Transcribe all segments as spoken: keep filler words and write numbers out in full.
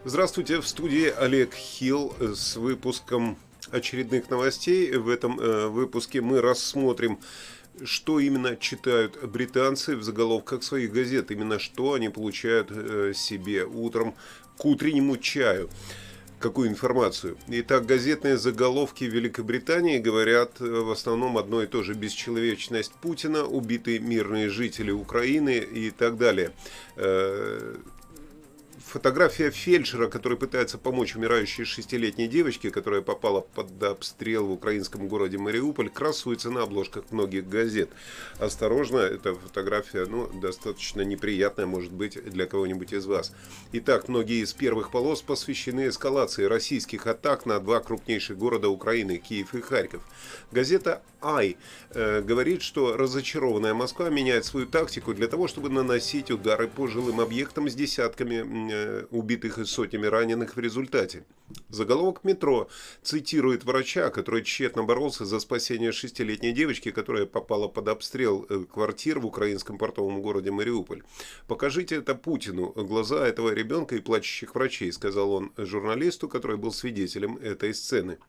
Здравствуйте, в студии Олег Хилл с выпуском очередных новостей. В этом э, выпуске мы рассмотрим, что именно читают британцы в заголовках своих газет, именно что они получают э, себе утром к утреннему чаю. Какую информацию? Итак, газетные заголовки в Великобритании говорят в основном одно и то же: бесчеловечность Путина, убиты мирные жители Украины и так далее. Фотография фельдшера, который пытается помочь умирающей шестилетней девочке, которая попала под обстрел в украинском городе Мариуполь, красуется на обложках многих газет. Осторожно, эта фотография ну, достаточно неприятная, может быть, для кого-нибудь из вас. Итак, многие из первых полос посвящены эскалации российских атак на два крупнейших города Украины, Киев и Харьков. Газета «Ай» э, говорит, что разочарованная Москва меняет свою тактику для того, чтобы наносить удары по жилым объектам с десятками э, убитых и сотнями раненых в результате. Заголовок «Метро» цитирует врача, который тщетно боролся за спасение шестилетней девочки, которая попала под обстрел квартир в украинском портовом городе Мариуполь. «Покажите это Путину, глаза этого ребенка и плачущих врачей», — сказал он журналисту, который был свидетелем этой сцены.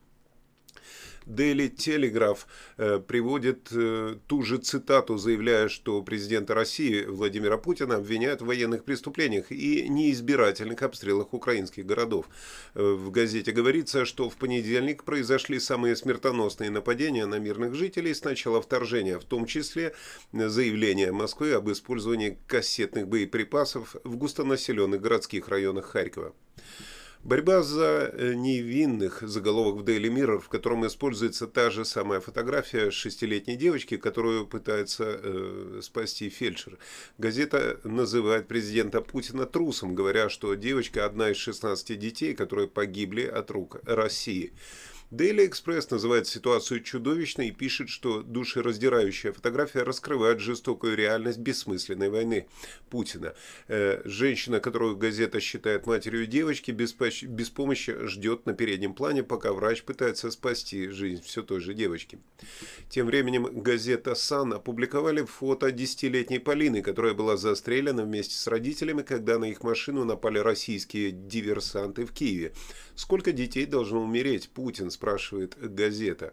Daily Telegraph э, приводит э, ту же цитату, заявляя, что президента России Владимира Путина обвиняют в военных преступлениях и неизбирательных обстрелах украинских городов. Э, в газете говорится, что в понедельник произошли самые смертоносные нападения на мирных жителей с начала вторжения, в том числе заявление Москвы об использовании кассетных боеприпасов в густонаселенных городских районах Харькова. Борьба за невинных, заголовок в Daily Mirror, в котором используется та же самая фотография шестилетней девочки, которую пытается э, спасти фельдшер. Газета называет президента Путина трусом, говоря, что девочка одна из шестнадцати детей, которые погибли от рук России. Daily Express называет ситуацию чудовищной и пишет, что душераздирающая фотография раскрывает жестокую реальность бессмысленной войны Путина. Э, женщина, которую газета считает матерью девочки, без, без помощи ждет на переднем плане, пока врач пытается спасти жизнь все той же девочки. Тем временем газета Sun опубликовали фото десятилетней Полины, которая была застрелена вместе с родителями, когда на их машину напали российские диверсанты в Киеве. «Сколько детей должно умереть, Путин?» – спрашивает газета.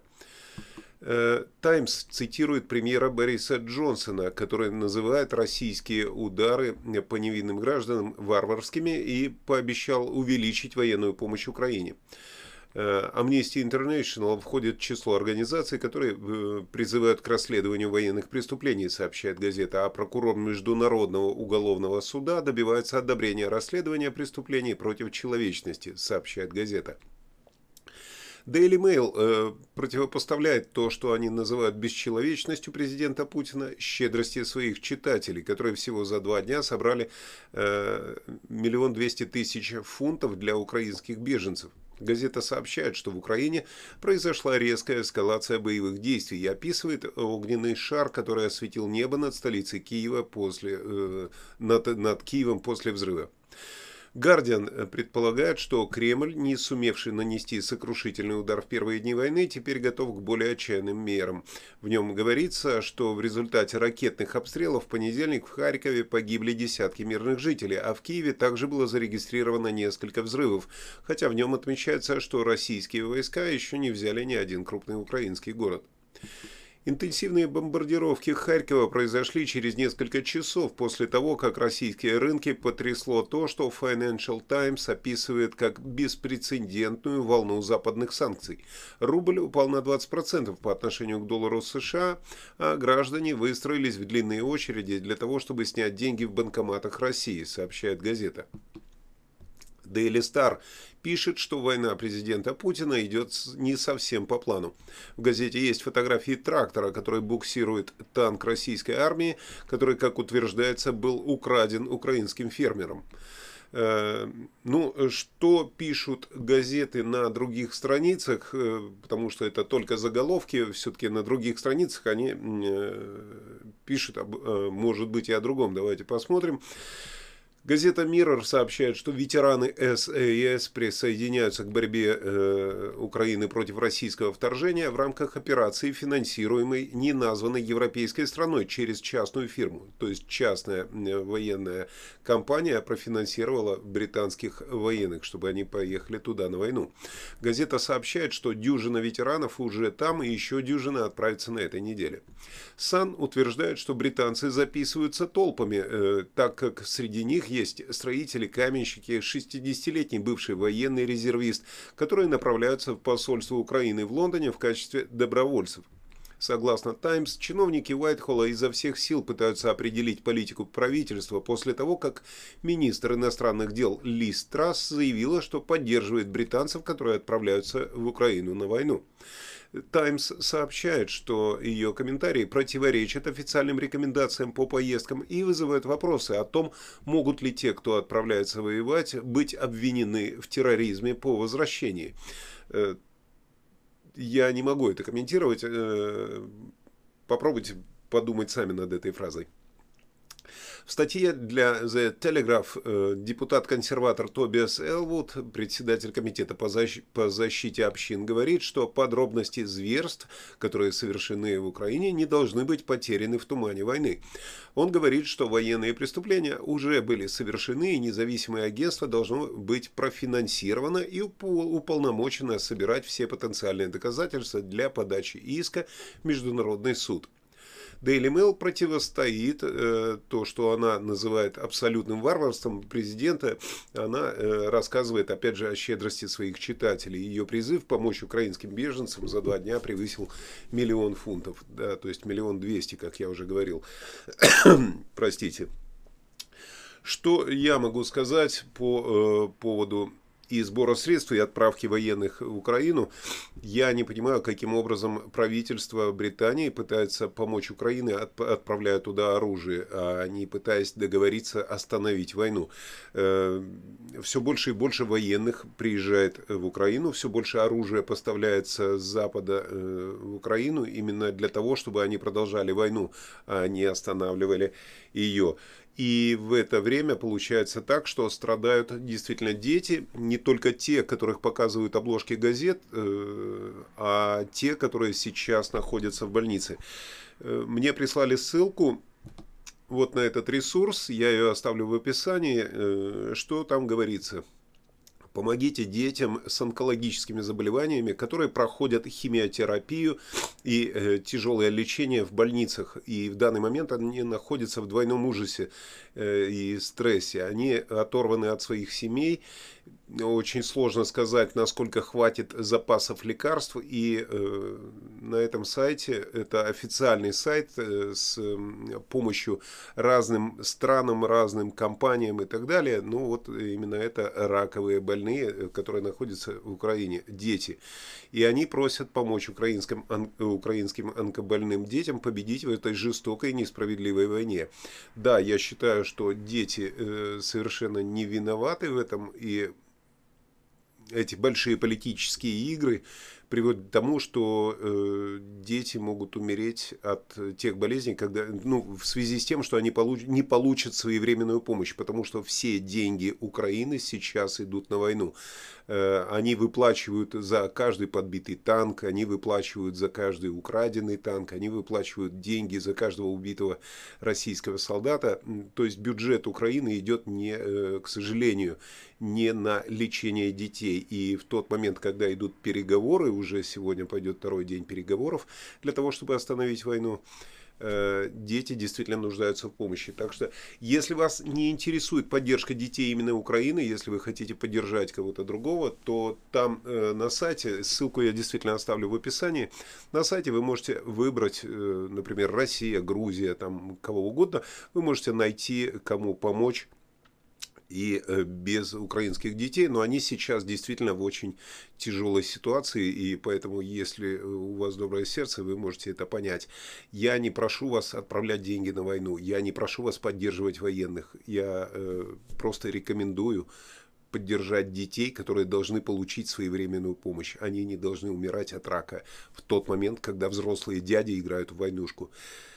«Таймс» цитирует премьера Бориса Джонсона, который называет российские удары по невинным гражданам варварскими и пообещал увеличить военную помощь Украине. Amnesty International входит в число организаций, которые призывают к расследованию военных преступлений, сообщает газета, а прокурор Международного уголовного суда добивается одобрения расследования преступлений против человечности, сообщает газета. Daily Mail э, противопоставляет то, что они называют бесчеловечностью президента Путина, щедрости своих читателей, которые всего за два дня собрали миллион двести тысяч фунтов для украинских беженцев. Газета сообщает, что в Украине произошла резкая эскалация боевых действий и описывает огненный шар, который осветил небо над столицей Киева после, э, над, над Киевом после взрыва. Guardian предполагает, что Кремль, не сумевший нанести сокрушительный удар в первые дни войны, теперь готов к более отчаянным мерам. В нем говорится, что в результате ракетных обстрелов в понедельник в Харькове погибли десятки мирных жителей, а в Киеве также было зарегистрировано несколько взрывов, хотя в нем отмечается, что российские войска еще не взяли ни один крупный украинский город. Интенсивные бомбардировки Харькова произошли через несколько часов после того, как российские рынки потрясло то, что Financial Times описывает как беспрецедентную волну западных санкций. Рубль упал на двадцать процентов по отношению к доллару США, а граждане выстроились в длинные очереди для того, чтобы снять деньги в банкоматах России, сообщает газета. Daily Star пишет, что война президента Путина идет не совсем по плану. В газете есть фотографии трактора, который буксирует танк российской армии, который, как утверждается, был украден украинским фермером. Ну, что пишут газеты на других страницах, потому что это только заголовки, все-таки на других страницах они пишут, может быть, и о другом. Давайте посмотрим. Газета Mirror сообщает, что ветераны САЭС присоединяются к борьбе э, Украины против российского вторжения в рамках операции, финансируемой неназванной европейской страной через частную фирму. То есть частная э, военная компания профинансировала британских военных, чтобы они поехали туда на войну. Газета сообщает, что дюжина ветеранов уже там и еще дюжина отправится на этой неделе. Сан утверждает, что британцы записываются толпами, э, так как среди них есть строители, каменщики, шестидесятилетний бывший военный резервист, которые направляются в посольство Украины в Лондоне в качестве добровольцев. Согласно Таймс, чиновники Уайтхолла изо всех сил пытаются определить политику правительства после того, как министр иностранных дел Лиз Трасс заявила, что поддерживает британцев, которые отправляются в Украину на войну. Таймс сообщает, что ее комментарии противоречат официальным рекомендациям по поездкам и вызывают вопросы о том, могут ли те, кто отправляется воевать, быть обвинены в терроризме по возвращении. Я не могу это комментировать. Попробуйте подумать сами над этой фразой. В статье для The Telegraph депутат-консерватор Тобиас Элвуд, председатель комитета по, защ... по защите общин, говорит, что подробности зверств, которые совершены в Украине, не должны быть потеряны в тумане войны. Он говорит, что военные преступления уже были совершены, и независимое агентство должно быть профинансировано и уполномочено собирать все потенциальные доказательства для подачи иска в Международный суд. Daily Mail противостоит э, то, что она называет абсолютным варварством президента. Она э, рассказывает, опять же, о щедрости своих читателей. Ее призыв помочь украинским беженцам за два дня превысил миллион фунтов. Да, то есть миллион двести, как я уже говорил. Простите. Что я могу сказать по э, поводу и сбора средств и отправки военных в Украину? Я не понимаю, каким образом правительство Британии пытается помочь Украине, отправляя туда оружие, а не пытаясь договориться остановить войну. Все больше и больше военных приезжает в Украину, все больше оружия поставляется с Запада в Украину именно для того, чтобы они продолжали войну, а не останавливали ее. И в это время получается так, что страдают действительно дети, не только те, которых показывают обложки газет, а те, которые сейчас находятся в больнице. Мне прислали ссылку вот на этот ресурс, я ее оставлю в описании, что там говорится. Помогите детям с онкологическими заболеваниями, которые проходят химиотерапию и э, тяжелое лечение в больницах. И в данный момент они находятся в двойном ужасе э, и стрессе. Они оторваны от своих семей. Очень сложно сказать, насколько хватит запасов лекарств. И э, на этом сайте, это официальный сайт э, с э, помощью разным странам, разным компаниям и так далее. Ну вот именно это раковые больные, которые находятся в Украине, дети. И они просят помочь украинским, он, украинским онкобольным детям победить в этой жестокой и несправедливой войне. Да, я считаю, что дети э, совершенно не виноваты в этом, и эти большие политические игры приводят к тому, что э, дети могут умереть от тех болезней, когда, ну, в связи с тем, что они получ, не получат своевременную помощь, потому что все деньги Украины сейчас идут на войну. Э, они выплачивают за каждый подбитый танк, они выплачивают за каждый украденный танк, они выплачивают деньги за каждого убитого российского солдата. То есть бюджет Украины идет, не, э, к сожалению, не на лечение детей. И в тот момент, когда идут переговоры, уже сегодня пойдет второй день переговоров для того, чтобы остановить войну, дети действительно нуждаются в помощи. Так что, если вас не интересует поддержка детей именно Украины, если вы хотите поддержать кого-то другого, то там на сайте, ссылку я действительно оставлю в описании, на сайте вы можете выбрать, например, Россия, Грузия, там кого угодно, вы можете найти, кому помочь. И без украинских детей, но они сейчас действительно в очень тяжелой ситуации, и поэтому, если у вас доброе сердце, вы можете это понять. Я не прошу вас отправлять деньги на войну, я не прошу вас поддерживать военных, я э, просто рекомендую поддержать детей, которые должны получить своевременную помощь. Они не должны умирать от рака в тот момент, когда взрослые дяди играют в войнушку.